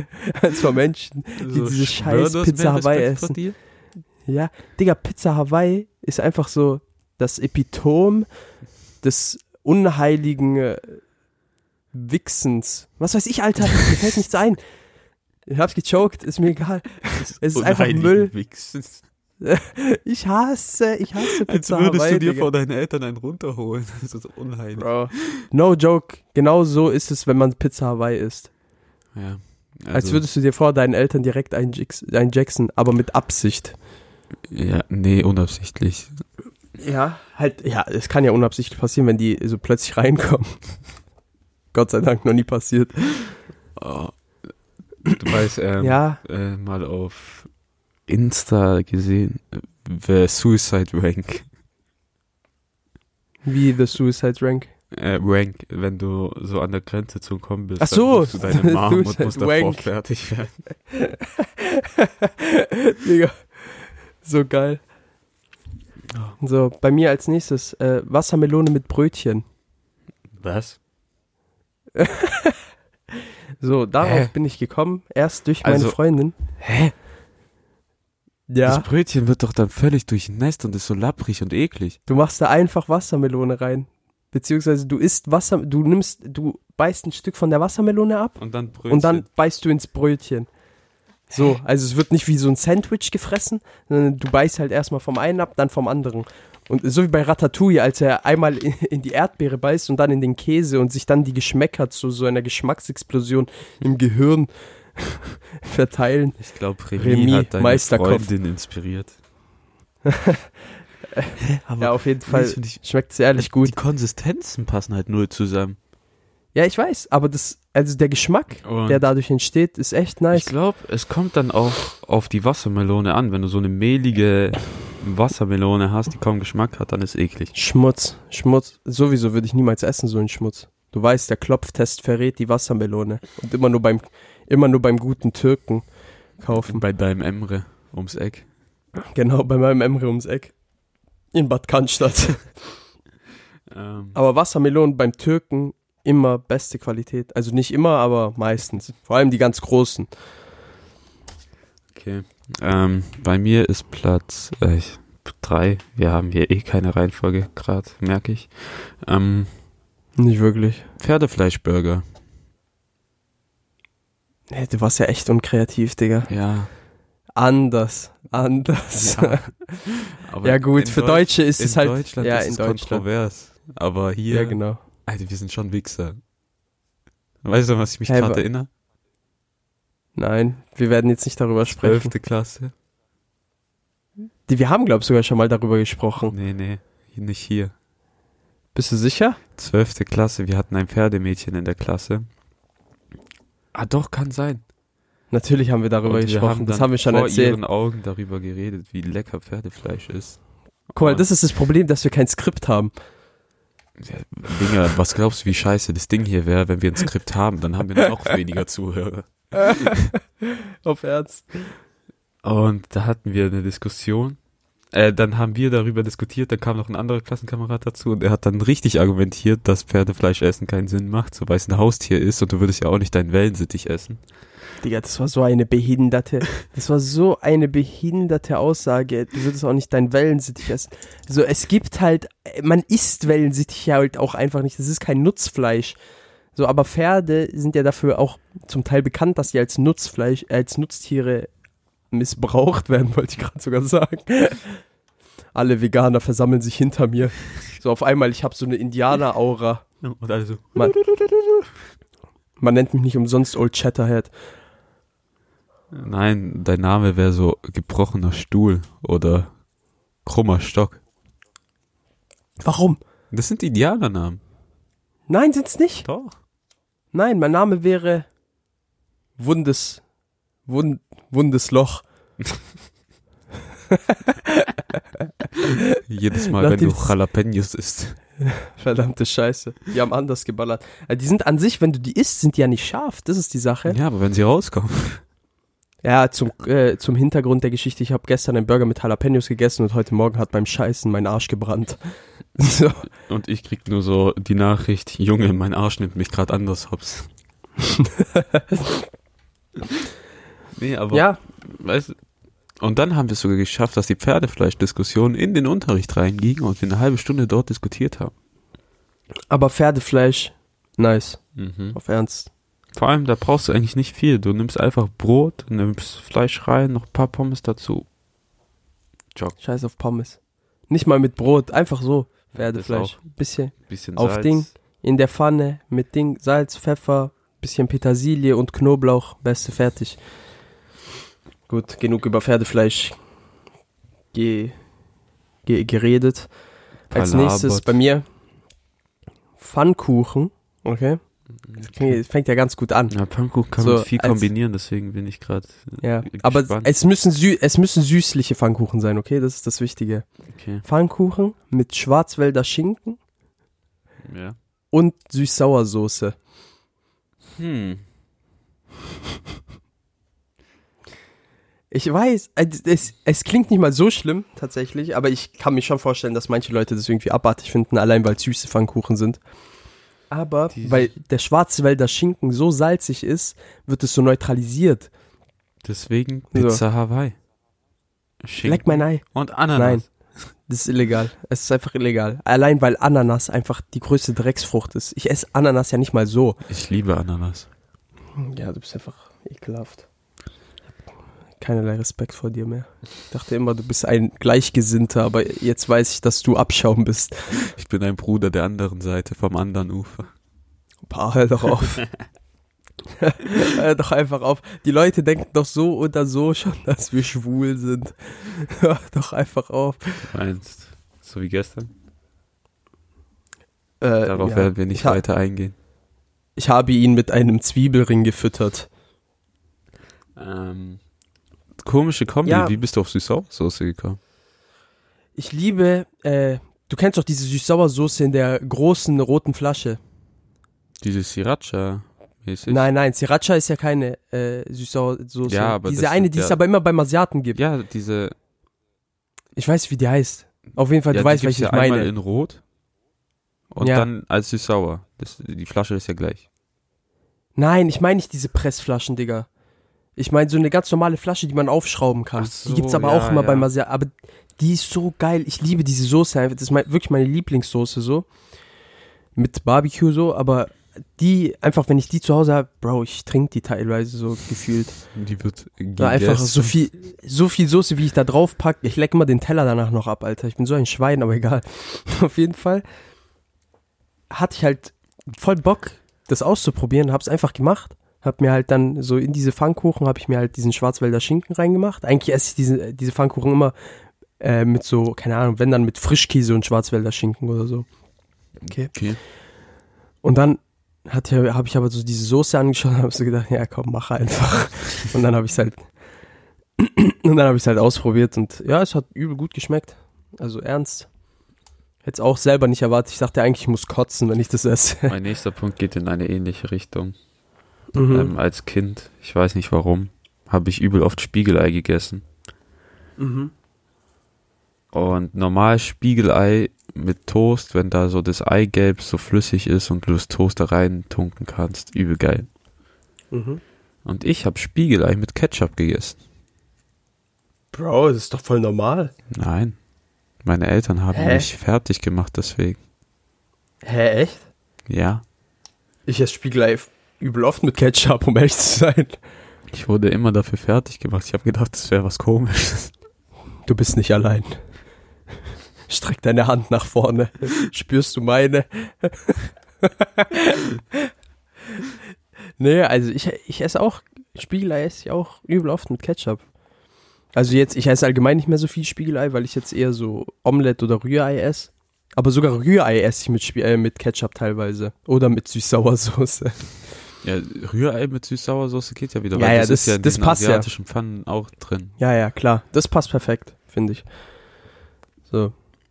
So, diese scheiß Pizza Hawaii essen. Ja, Digga, Pizza Hawaii ist einfach so das Epitom des unheiligen Wichsens. Was weiß ich, Alter, mir fällt nichts ein. Ich hab's gechoked, ist mir egal. Es ist einfach Müll. Wichsens. Ich hasse Als Pizza würdest Hawaii, du dir Digga. von deinen Eltern einen runterholen. Das ist so unheilig. Bro. No joke. Genau so ist es, wenn man Pizza Hawaii isst. Ja. Als würdest du dir vor deinen Eltern direkt einen Jackson, aber mit Absicht. Ja, nee, unabsichtlich. Ja, halt, ja, es kann ja unabsichtlich passieren, wenn die so plötzlich reinkommen. Gott sei Dank noch nie passiert. Oh. Du weißt, Ja. mal auf Insta gesehen, the Suicide Rank. Wie The Suicide Rank. Rank, wenn du so an der Grenze zu kommen bist. Ach so, dann rufst du deine Mom und Suicide musst davor Wank. fertig werden. Digga. So geil. So, bei mir als nächstes Wassermelone mit Brötchen. Was? So, darauf bin ich gekommen, erst durch meine Also- Freundin. Hä? Ja, Das Brötchen wird doch dann völlig durchnässt und ist so lapprig und eklig. du machst da einfach Wassermelone rein. Beziehungsweise du beißt ein Stück von der Wassermelone ab Und dann Brötchen. und dann beißt du ins Brötchen. So, also es wird nicht wie so ein Sandwich gefressen, sondern du beißt halt erstmal vom einen ab, dann vom anderen. Und so wie bei Ratatouille, als er einmal in die Erdbeere beißt und dann in den Käse und sich dann die Geschmäcker zu so einer Geschmacksexplosion im Gehirn verteilen. Ich glaube, Remy, Remy hat deine Meisterkopf. Freundin inspiriert. Aber Ja, auf jeden Fall finde ich- schmeckt es ehrlich gut. Die Konsistenzen passen halt null zusammen. Ja, ich weiß, aber also der Geschmack, Und der dadurch entsteht, ist echt nice. ich glaube, es kommt dann auch auf die Wassermelone an. Wenn du so eine mehlige Wassermelone hast, die kaum Geschmack hat, dann ist eklig. Schmutz. Sowieso würde ich niemals essen, so einen Schmutz. Du weißt, der Klopftest verrät die Wassermelone. Und immer nur beim guten Türken kaufen. Bei deinem Emre ums Eck. Genau, bei meinem Emre ums Eck. In Bad Cannstatt. Aber Wassermelonen beim Türken immer beste Qualität. Also nicht immer, aber meistens. Vor allem die ganz großen. Okay. Bei mir ist Platz 3. Wir haben hier eh keine Reihenfolge gerade, merke ich. Nicht wirklich. Pferdefleischburger. Hey, du warst ja echt unkreativ, Digga. Ja. Anders. Ja, aber Ja gut, in für Deutsche ist es halt... In Deutschland ja, ist in es Deutschland. kontrovers. Aber hier, Ja, genau. Alter, wir sind schon Wichser. Weißt du, was ich mich Hey, gerade erinnere? Nein, wir werden jetzt nicht darüber sprechen. 12. Klasse? Wir haben, glaube ich, sogar schon mal darüber gesprochen. Nee, nicht hier. Bist du sicher? 12. Klasse, wir hatten ein Pferdemädchen in der Klasse. Ah, doch, kann sein. Natürlich haben wir darüber Und wir gesprochen, haben das dann haben wir schon vor erzählt. ihren Augen darüber geredet, wie lecker Pferdefleisch ist. Guck mal, das ist das Problem, dass wir kein Skript haben. Ja, Dinger, was glaubst du, wie scheiße das Ding hier wäre, wenn wir ein Skript haben? Dann haben wir noch weniger Zuhörer. Auf Ernst. Und da hatten wir eine Diskussion. Dann haben wir darüber diskutiert, dann kam noch ein anderer Klassenkamerad dazu und er hat dann richtig argumentiert, dass Pferdefleisch essen keinen Sinn macht, so weil es ein Haustier ist und du würdest ja auch nicht deinen Wellensittich essen. Digga, das war so eine behinderte Aussage. Du würdest auch nicht deinen Wellensittich essen. So, es gibt halt, man isst Wellensittich halt auch einfach nicht. Das ist kein Nutzfleisch. So, aber Pferde sind ja dafür auch zum Teil bekannt, dass sie als Nutztiere missbraucht werden, wollte ich gerade sogar sagen. Alle Veganer versammeln sich hinter mir. So auf einmal, ich habe so eine Indianer-Aura. Und also, Man nennt mich nicht umsonst Old Shatterhead. nein, dein Name wäre so gebrochener Stuhl oder krummer Stock. Warum? Das sind Indianernamen. Nein, sind's nicht. Doch. Nein, mein Name wäre Wundes Loch. Jedes Mal, Nachdem- wenn du Jalapenos isst. Verdammte Scheiße. Die haben anders geballert. Die sind an sich, wenn du die isst, sind die ja nicht scharf. Das ist die Sache. Ja, aber wenn sie rauskommen. Ja, zum Hintergrund der Geschichte. Ich habe gestern einen Burger mit Jalapenos gegessen und heute Morgen hat beim Scheißen mein Arsch gebrannt. So. Und ich krieg nur so die Nachricht, Junge, mein Arsch nimmt mich gerade anders hops. Nee, aber, Ja, weißt du, und dann haben wir es sogar geschafft, dass die Pferdefleischdiskussion in den Unterricht reinging und wir eine halbe Stunde dort diskutiert haben. aber Pferdefleisch, nice. Mhm. Auf Ernst. Vor allem, da brauchst du eigentlich nicht viel. Du nimmst einfach Brot, nimmst Fleisch rein, noch ein paar Pommes dazu. Jock. Scheiß auf Pommes. Nicht mal mit Brot, einfach so. Das Pferdefleisch. auch. Bisschen Auf auf Ding, in der Pfanne mit Ding, Salz, Pfeffer, bisschen Petersilie und Knoblauch. Beste, fertig. Gut, genug über Pferdefleisch geredet. Als nächstes bei mir Pfannkuchen. Okay. Fängt ja ganz gut an. Ja, Pfannkuchen kann So, man viel kombinieren, deswegen bin ich gerade Ja, gespannt. aber es müssen süßliche Pfannkuchen sein, okay? Das ist das Wichtige. Okay, Pfannkuchen mit Schwarzwälder Schinken ja. und Süß-Sauersoße. Ich weiß, es klingt nicht mal so schlimm, tatsächlich, aber ich kann mir schon vorstellen, dass manche Leute das irgendwie abartig finden, allein weil es süße Pfannkuchen sind. Aber weil der Schwarzwälder Schinken so salzig ist, wird es so neutralisiert. Deswegen Pizza Hawaii. Schinken Leck mein Ei. und Ananas. Nein, das ist illegal. Es ist einfach illegal. Allein weil Ananas einfach die größte Drecksfrucht ist. Ich esse Ananas ja nicht mal so. Ich liebe Ananas. Ja, du bist einfach ekelhaft. Keinerlei Respekt vor dir mehr. Ich dachte immer, du bist ein Gleichgesinnter, aber jetzt weiß ich, dass du Abschaum bist. Ich bin ein Bruder der anderen Seite, vom anderen Ufer. Hör doch auf. Hör doch einfach auf. Die Leute denken doch so oder so schon, dass wir schwul sind. Hör doch einfach auf. Du meinst, so wie gestern? Darauf ja. werden wir nicht weiter eingehen. Ich habe ihn mit einem Zwiebelring gefüttert. Komische Kombi, Ja. wie bist du auf Süß-Sauersoße gekommen? Ich liebe, du kennst doch diese Süß-Sauersoße in der großen roten Flasche. Diese Sriracha-mäßig? Nein, Sriracha ist ja keine Süß-Sauersoße. Ja, aber diese das eine, sind die es ja- aber immer beim Asiaten gibt. Ja, diese... Ich weiß, wie die heißt. Auf jeden Fall, ja, du weißt, die gibt's welche ich ja einmal meine. in Rot und Ja. dann als Süß-Sauer. Die Flasche ist ja gleich. Nein, ich meine nicht diese Pressflaschen, Digga. Ich meine so eine ganz normale Flasche, die man aufschrauben kann. Ach so, die gibt's aber ja, auch immer ja. beim Asiaten. Aber die ist so geil. Ich liebe diese Soße einfach. Das ist wirklich meine Lieblingssoße so. Mit Barbecue so, aber die, einfach wenn ich die zu Hause habe, Bro, ich trinke die teilweise so gefühlt. Die wird Da einfach so viel Soße, wie ich da drauf pack. Ich leck immer den Teller danach noch ab, Alter. Ich bin so ein Schwein, aber egal. Auf jeden Fall hatte ich halt voll Bock, das auszuprobieren. Hab's einfach gemacht. Hab mir halt dann so in diese Pfannkuchen, habe ich mir halt diesen Schwarzwälder Schinken reingemacht. Eigentlich esse ich diese Pfannkuchen immer mit so, keine Ahnung, wenn dann mit Frischkäse und Schwarzwälder Schinken oder so. Okay. Und dann habe ich aber so diese Soße angeschaut und habe so gedacht, ja komm, mach einfach. Und dann habe ich es halt ausprobiert und ja, es hat übel gut geschmeckt. Also ernst. Hätte es auch selber nicht erwartet. Ich dachte eigentlich, ich muss kotzen, wenn ich das esse. Mein nächster Punkt geht in eine ähnliche Richtung. Mhm. Als Kind, ich weiß nicht warum, habe ich übel oft Spiegelei gegessen. Mhm. Und normal Spiegelei mit Toast, wenn da so das Eigelb so flüssig ist und du das Toast da rein tunken kannst, übel geil. Mhm. Und ich habe Spiegelei mit Ketchup gegessen. Bro, das ist doch voll normal. Nein, meine Eltern haben mich fertig gemacht deswegen. Hä, echt? Ja, Ich esse Spiegelei übel oft mit Ketchup, um ehrlich zu sein. ich wurde immer dafür fertig gemacht. Ich habe gedacht, das wäre was Komisches. Du bist nicht allein. Streck deine Hand nach vorne. Spürst du meine? Nee, also ich esse auch, Spiegelei esse ich auch übel oft mit Ketchup. Also jetzt, ich esse allgemein nicht mehr so viel Spiegelei, weil ich jetzt eher so Omelette oder Rührei esse. Aber sogar Rührei esse ich mit Ketchup teilweise. Oder mit Süß-Sauersoße. Ja, Rührei mit Süß-Sauersoße geht ja wieder, Ja, weil ja, das ist ja in das diesen passt ja. asiatischen Pfannen auch drin. Ja, klar. Das passt perfekt, finde ich. So.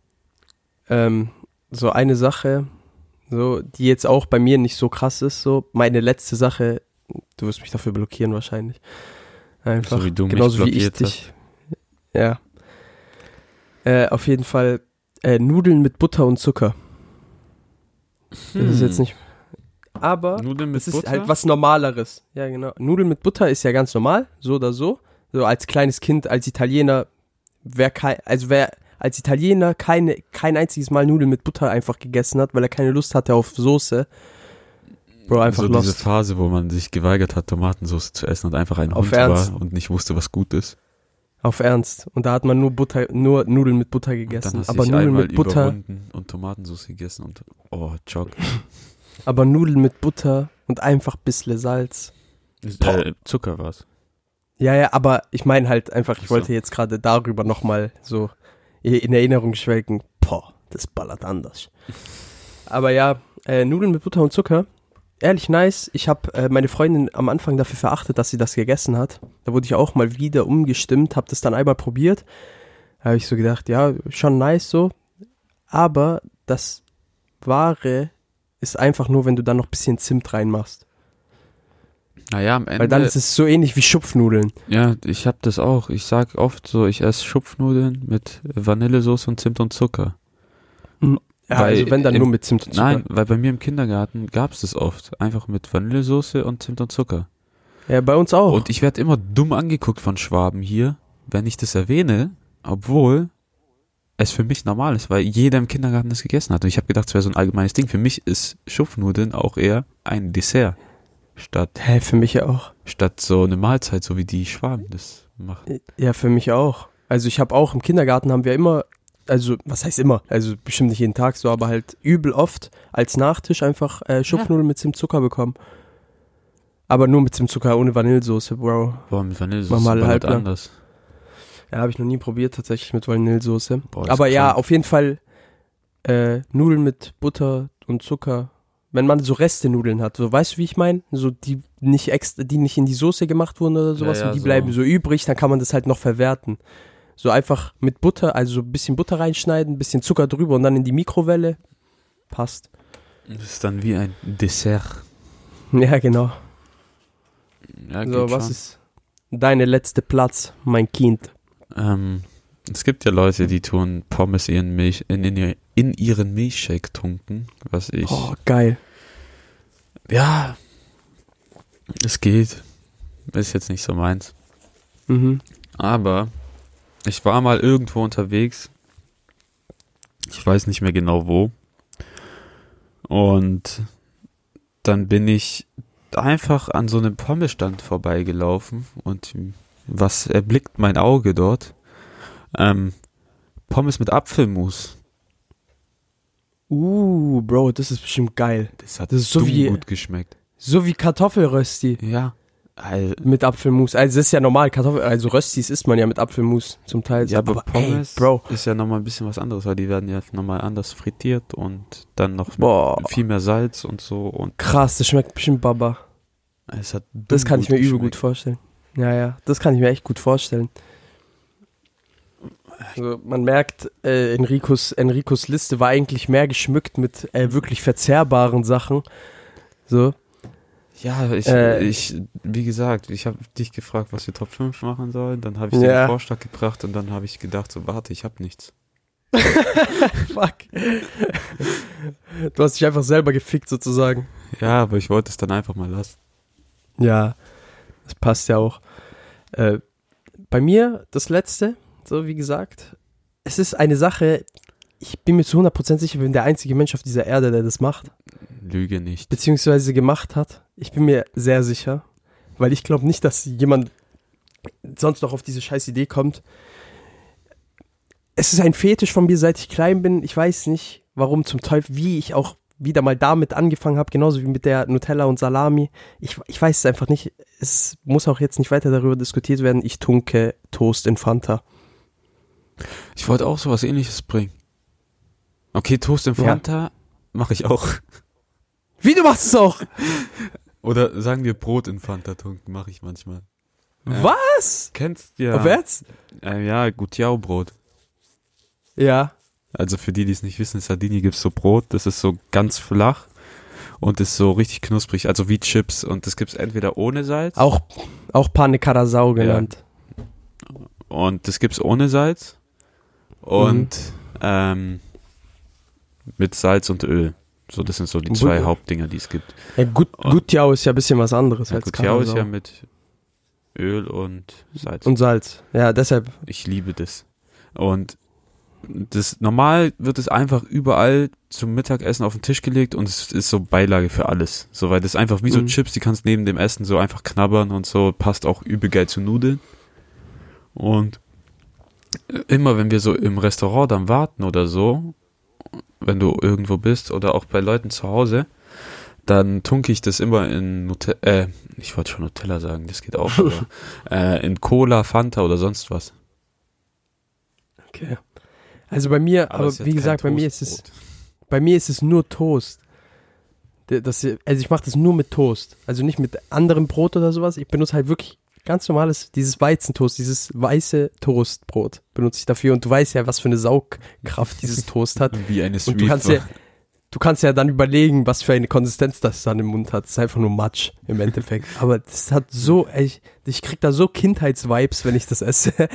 So eine Sache, so, die jetzt auch bei mir nicht so krass ist, so, meine letzte Sache, du wirst mich dafür blockieren wahrscheinlich. Einfach. So wie du mich genauso wie ich blockiert dich. Ja. Auf jeden Fall, Nudeln mit Butter und Zucker. Das ist jetzt nicht. Aber Nudeln mit es ist Butter? halt was Normaleres. Ja, genau. Nudeln mit Butter ist ja ganz normal, so oder so. So als kleines Kind, als Italiener, wer als Italiener kein einziges Mal Nudeln mit Butter einfach gegessen hat, weil er keine Lust hatte auf Soße. Bro, einfach so lost. diese Phase, wo man sich geweigert hat, Tomatensauce zu essen und einfach ein Auf Hund Ernst? war und nicht wusste, was gut ist. Auf Ernst. Und da hat man nur Nudeln mit Butter Und gegessen. dann hast Aber du Nudeln einmal mit Butter, überwunden und Tomatensauce gegessen und Choc. aber Nudeln mit Butter und einfach bissle Salz. Zucker war's. Ja, aber ich meine halt einfach, ich Ach so. wollte jetzt gerade darüber nochmal so in Erinnerung schwelgen. Das ballert anders. Aber ja, Nudeln mit Butter und Zucker, ehrlich nice. Ich habe meine Freundin am Anfang dafür verachtet, dass sie das gegessen hat. Da wurde ich auch mal wieder umgestimmt, habe das dann einmal probiert. Da habe ich so gedacht, ja, schon nice so. Aber das Wahre ist einfach nur, wenn du dann noch ein bisschen Zimt reinmachst. Naja, am Ende. Weil dann ist es so ähnlich wie Schupfnudeln. Ja, ich hab das auch. Ich sag oft so, ich esse Schupfnudeln mit Vanillesoße und Zimt und Zucker. Ja, Weil also wenn dann nur mit Zimt und Zucker. Nein, weil bei mir im Kindergarten gab's das oft. Einfach mit Vanillesoße und Zimt und Zucker. Ja, bei uns auch. Und ich werde immer dumm angeguckt von Schwaben hier, wenn ich das erwähne, obwohl es für mich normal ist, weil jeder im Kindergarten das gegessen hat. Und ich habe gedacht, es wäre so ein allgemeines Ding. Für mich ist Schupfnudeln auch eher ein Dessert. Für mich auch. Statt so eine Mahlzeit, so wie die Schwaben das machen. Ja, für mich auch. Also ich habe auch im Kindergarten haben wir immer, also was heißt immer, also bestimmt nicht jeden Tag so, aber halt übel oft als Nachtisch einfach Schupfnudeln mit Zimtzucker bekommen. Aber nur mit Zimtzucker, ohne Vanillesoße, Bro. Boah, mit Vanillesoße Mach mal ist halt halblang. anders. Ja, habe ich noch nie probiert tatsächlich mit Vanillesoße. Boah, ist Aber ja, krank. auf jeden Fall Nudeln mit Butter und Zucker. Wenn man so Reste-Nudeln hat, so weißt du, wie ich meine? So die nicht in die Soße gemacht wurden oder sowas Ja, und die so. bleiben so übrig, dann kann man das halt noch verwerten. So einfach mit Butter, also so ein bisschen Butter reinschneiden, ein bisschen Zucker drüber und dann in die Mikrowelle. Passt. Das ist dann wie ein Dessert. Ja, genau. Ja, So, geht was schon. ist deine letzte Platz, mein Kind? Es gibt ja Leute, die tun Pommes in ihren Milchshake tunken, was ich... Oh, geil. Ja, es geht. Ist jetzt nicht so meins. Mhm. Aber ich war mal irgendwo unterwegs. Ich weiß nicht mehr genau wo. Und dann bin ich einfach an so einem Pommesstand vorbeigelaufen und was erblickt mein Auge dort? Pommes mit Apfelmus. Bro, das ist bestimmt geil. Das hat Das ist so dumm wie- gut geschmeckt. So wie Kartoffelrösti Ja. Also, mit Apfelmus. Also das ist ja normal, also Röstis isst man ja mit Apfelmus zum Teil. ja, aber Pommes ey, Bro. ist ja nochmal ein bisschen was anderes, weil die werden ja nochmal anders frittiert und dann noch Boah, viel mehr Salz und so und krass, das schmeckt bestimmt Baba. es hat Das dumm kann ich mir übel geschmeckt. gut vorstellen. Ja, das kann ich mir echt gut vorstellen. Also man merkt, Enricos Liste war eigentlich mehr geschmückt mit wirklich verzehrbaren Sachen. So. Ja, wie gesagt, ich habe dich gefragt, was wir Top 5 machen sollen, dann habe ich dir Ja. einen Vorschlag gebracht und dann habe ich gedacht, so warte, ich habe nichts. Fuck. Du hast dich einfach selber gefickt sozusagen. Ja, aber ich wollte es dann einfach mal lassen. Ja, das passt ja auch. Bei mir das Letzte, so wie gesagt, es ist eine Sache, ich bin mir zu 100% sicher, ich bin der einzige Mensch auf dieser Erde, der das macht, Lüge nicht. beziehungsweise gemacht hat. Ich bin mir sehr sicher, weil ich glaube nicht, dass jemand sonst noch auf diese scheiß Idee kommt. Es ist ein Fetisch von mir, seit ich klein bin. Ich weiß nicht, warum zum Teufel, wie ich auch wieder mal damit angefangen habe, genauso wie mit der Nutella und Salami. Ich weiß es einfach nicht. Es muss auch jetzt nicht weiter darüber diskutiert werden. Ich tunke Toast in Fanta. Ich wollte auch sowas Ähnliches bringen. Okay, Toast in Ja. Fanta mache ich auch. Wie, du machst es auch? Oder sagen wir Brot in Fanta tunken, mache ich manchmal. Ja. Was? Kennst du ja? Auf Ernst? Ja, Gutiao-Brot. Ja. Also für die, die es nicht wissen, in Sardinien gibt es so Brot, das ist so ganz flach und ist so richtig knusprig, also wie Chips. Und das gibt es entweder ohne Salz Auch Pane Carasau genannt. und das gibt es ohne Salz und mit Salz und Öl. So, das sind so die zwei Gut. Hauptdinger, die es gibt. Ja, Gutiao ist ja ein bisschen was anderes Ja, als Gutiao ist Carasau. ja mit Öl und Salz. Und Salz. Ja, deshalb. Ich liebe das. Und das normal wird es einfach überall zum Mittagessen auf den Tisch gelegt und es ist so Beilage für alles. So, weil das ist einfach wie so Mhm. Chips, die kannst neben dem Essen so einfach knabbern und so, passt auch übel geil zu Nudeln. Und immer wenn wir so im Restaurant dann warten oder so, wenn du irgendwo bist oder auch bei Leuten zu Hause, dann tunke ich das immer in Nutella, ich wollte schon Nutella sagen, das geht auch, aber in Cola, Fanta oder sonst was. Okay. Also bei mir, aber wie gesagt, bei mir ist es nur Toast. Also ich mache das nur mit Toast. Also nicht mit anderem Brot oder sowas. Ich benutze halt wirklich ganz normales, dieses Weizentoast, dieses weiße Toastbrot benutze ich dafür. Und du weißt ja, was für eine Saugkraft dieses Toast hat. Wie eine Und du kannst ja dann überlegen, was für eine Konsistenz das dann im Mund hat. Das ist einfach nur Matsch im Endeffekt. Aber das hat so, ich krieg da so Kindheitsvibes, wenn ich das esse.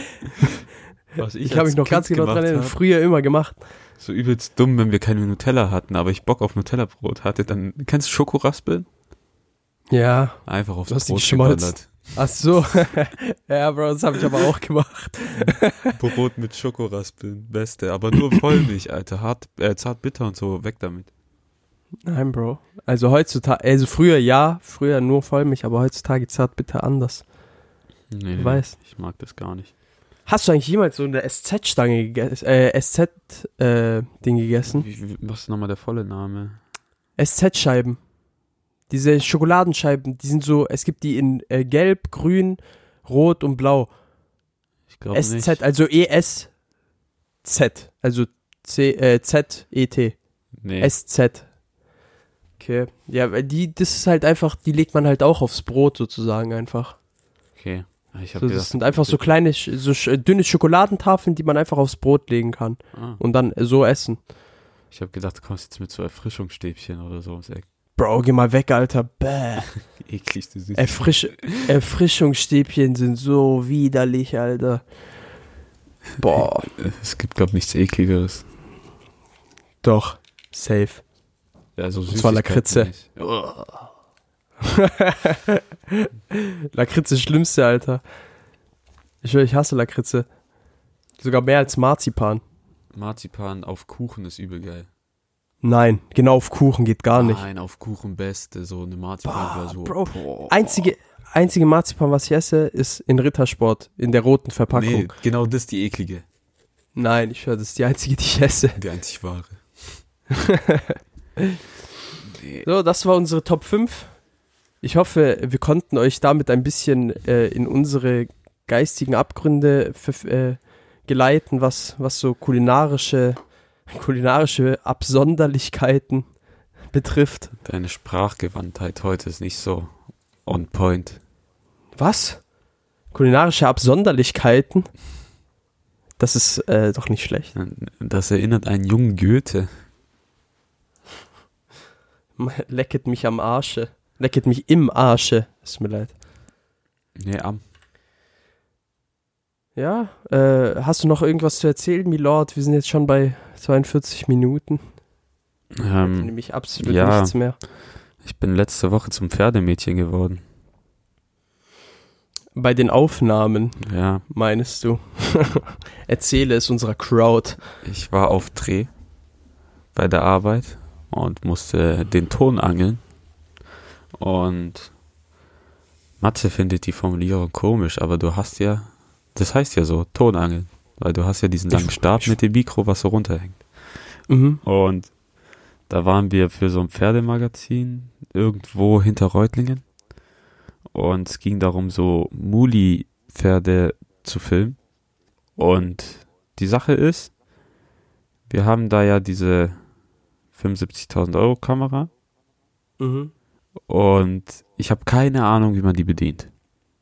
Ich habe mich noch ganz genau dran erinnert, früher immer gemacht. So übelst dumm, wenn wir keine Nutella hatten, aber ich Bock auf Nutella-Brot hatte, dann, kennst du Schokoraspeln? Ja. Einfach aufs Brot geballert. Ach so. Ja, Bro, das habe ich aber auch gemacht. Brot mit Schokoraspeln, beste, aber nur Vollmilch, Alter, zart bitter und so, weg damit. Nein, Bro. Also heutzutage, also früher nur Vollmilch, aber heutzutage zart bitter anders. Nee, du weißt. Ich mag das gar nicht. Hast du eigentlich jemals so eine SZ-Stange gegessen? SZ-Ding gegessen? Was ist nochmal der volle Name? SZ-Scheiben. Diese Schokoladenscheiben, die sind so, es gibt die in Gelb, Grün, Rot und Blau. Ich glaube nicht. SZ, also ESZ. Also Z-E-T. Nee. SZ. Okay. Ja, weil das ist halt einfach, die legt man halt auch aufs Brot sozusagen einfach. Okay. Ich hab So, gedacht, das sind einfach so kleine, dünne Schokoladentafeln, die man einfach aufs Brot legen kann. Und dann so essen. Ich habe gedacht, du kommst jetzt mit so Erfrischungsstäbchen oder so ums Eck. Bro, geh mal weg, Alter. Bäh. Eklig, du süß. Erfrischungsstäbchen sind so widerlich, Alter. Boah. Es gibt, glaube ich, nichts Ekligeres. Doch, safe. Ja, so und zwar Lakritze. Lakritze ist das Schlimmste, Alter. Ich schwör, ich hasse Lakritze. Sogar mehr als Marzipan. Marzipan auf Kuchen ist übel geil. Nein, genau auf Kuchen geht gar nicht. Nein, auf Kuchen beste, so eine Marzipan-Version. Bro, einzige Marzipan, was ich esse, ist in Rittersport, in der roten Verpackung. Nee, genau das ist die eklige. Nein, ich höre, das ist die einzige, die ich esse. Die einzig wahre. Nee. So, das war unsere Top 5. Ich hoffe, wir konnten euch damit ein bisschen in unsere geistigen Abgründe geleiten, was so kulinarische Absonderlichkeiten betrifft. Deine Sprachgewandtheit heute ist nicht so on point. Was? Kulinarische Absonderlichkeiten? Das ist doch nicht schlecht. Das erinnert einen jungen Goethe. Lecket mich am Arsche. Lecket mich im Arsche. Ist mir leid. Nee, am. Ja, hast du noch irgendwas zu erzählen, Milord? Wir sind jetzt schon bei 42 Minuten. Nämlich absolut nichts mehr. Ich bin letzte Woche zum Pferdemädchen geworden. Bei den Aufnahmen, ja, meinst du? Erzähle es unserer Crowd. Ich war auf Dreh bei der Arbeit und musste den Ton angeln. Und Matze findet die Formulierung komisch, aber du hast ja, das heißt ja so, Tonangeln, weil du hast ja diesen langen Stab mit dem Mikro, was so runterhängt. Mhm. Und da waren wir für so ein Pferdemagazin irgendwo hinter Reutlingen und es ging darum, so Muli-Pferde zu filmen. Und die Sache ist, wir haben da ja diese 75.000 Euro Kamera. Mhm. Und ich habe keine Ahnung, wie man die bedient.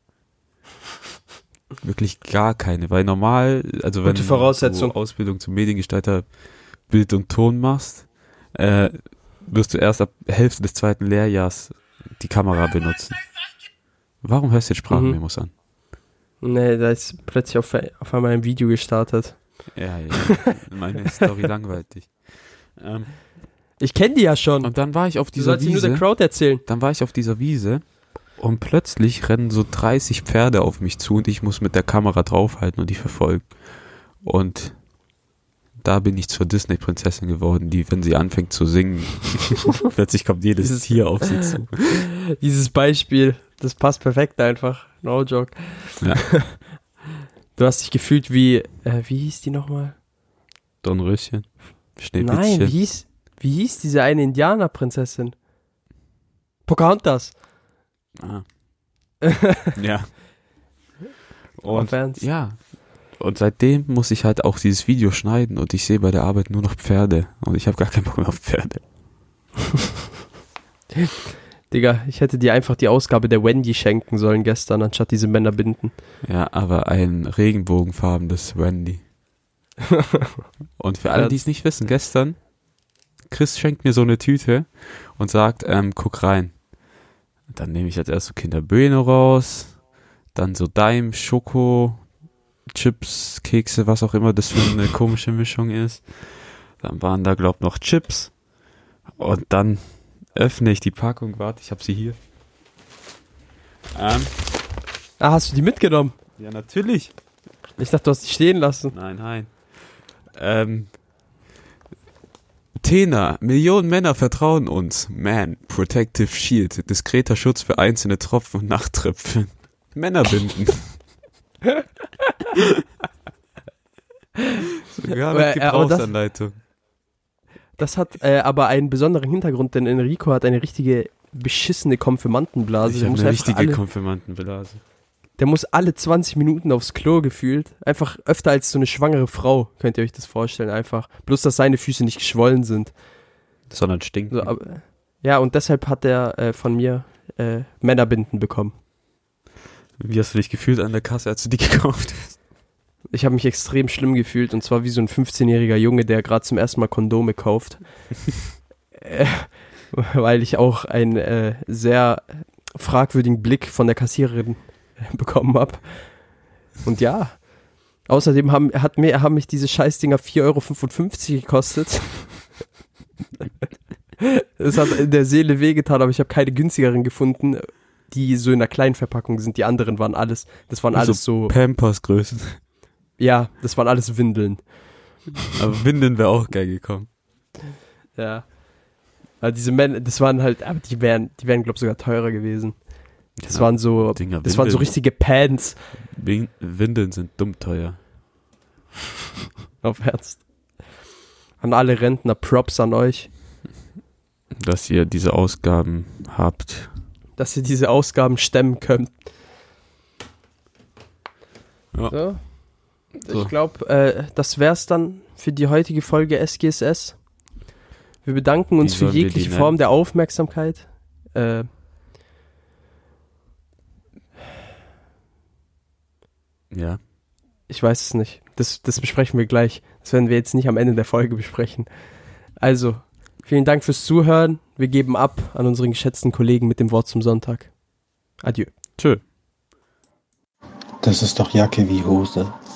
Wirklich gar keine, weil normal, also wenn du Ausbildung zum Mediengestalter Bild und Ton machst, wirst du erst ab Hälfte des zweiten Lehrjahrs die Kamera benutzen. Warum hörst du jetzt Sprachmemos an? Nee, da ist plötzlich auf einmal ein Video gestartet. Ja, meine Story langweilt dich. Ich kenne die ja schon. Und dann war ich auf dieser Wiese. Du sollst nur der Crowd erzählen. Dann war ich auf dieser Wiese und plötzlich rennen so 30 Pferde auf mich zu und ich muss mit der Kamera draufhalten und die verfolgen. Und da bin ich zur Disney-Prinzessin geworden, die, wenn sie anfängt zu singen, plötzlich kommt jedes Tier auf sie zu. Dieses Beispiel, das passt perfekt einfach. No joke. Ja. Du hast dich gefühlt wie hieß die nochmal? Dornröschen. Schneewittchen. Nein, wie hieß diese eine Indianerprinzessin? Pocahontas. Ah. Ja. Und ja. Und seitdem muss ich halt auch dieses Video schneiden und ich sehe bei der Arbeit nur noch Pferde. Und ich habe gar keinen Bock mehr auf Pferde. Digga, ich hätte dir einfach die Ausgabe der Wendy schenken sollen gestern, anstatt diese Männerbinden. Ja, aber ein regenbogenfarbenes Wendy. Und für alle, die es nicht wissen, gestern, Chris schenkt mir so eine Tüte und sagt, guck rein. Dann nehme ich als erstes so Kinder Bueno raus, dann so Daim, Schoko, Chips, Kekse, was auch immer das für eine komische Mischung ist. Dann waren da, glaub noch Chips. Und dann öffne ich die Packung, warte, ich habe sie hier. Hast du die mitgenommen? Ja, natürlich. Ich dachte, du hast die stehen lassen. Nein. Tena, Millionen Männer vertrauen uns. Man, Protective Shield, diskreter Schutz für einzelne Tropfen und Nachttröpfe. Männerbinden. Sogar mit Gebrauchsanleitung. Das hat aber einen besonderen Hintergrund, denn Enrico hat eine richtige beschissene Konfirmandenblase. Ich habe eine richtige Konfirmandenblase. Der muss alle 20 Minuten aufs Klo gefühlt. Einfach öfter als so eine schwangere Frau, könnt ihr euch das vorstellen einfach. Bloß, dass seine Füße nicht geschwollen sind. Sondern stinken. So, ja, und deshalb hat er von mir Männerbinden bekommen. Wie hast du dich gefühlt an der Kasse, als du die gekauft hast? Ich habe mich extrem schlimm gefühlt und zwar wie so ein 15-jähriger Junge, der gerade zum ersten Mal Kondome kauft. Weil ich auch einen sehr fragwürdigen Blick von der Kassiererin bekommen habe. Und ja, außerdem haben mich diese Scheißdinger 4,55 € gekostet. Es hat in der Seele wehgetan, aber ich habe keine günstigeren gefunden, die so in einer kleinen Verpackung sind. Die anderen waren alles so Pampers-Größen. Ja, das waren alles Windeln. Aber Windeln wäre auch geil gekommen. Ja. Aber diese Männer, das waren halt, aber die wären, glaube ich, sogar teurer gewesen. Das waren so, das waren so richtige Pants. Windeln sind dumm teuer. Auf Ernst. An alle Rentner, Props an euch. Dass ihr diese Ausgaben habt. Dass ihr diese Ausgaben stemmen könnt. Ja. So. Ich glaube, das wär's dann für die heutige Folge SGSS. Wir bedanken uns für jegliche Form der Aufmerksamkeit. Ja. Ich weiß es nicht. Das besprechen wir gleich. Das werden wir jetzt nicht am Ende der Folge besprechen. Also, vielen Dank fürs Zuhören. Wir geben ab an unseren geschätzten Kollegen mit dem Wort zum Sonntag. Adieu. Tschö. Das ist doch Jacke wie Hose.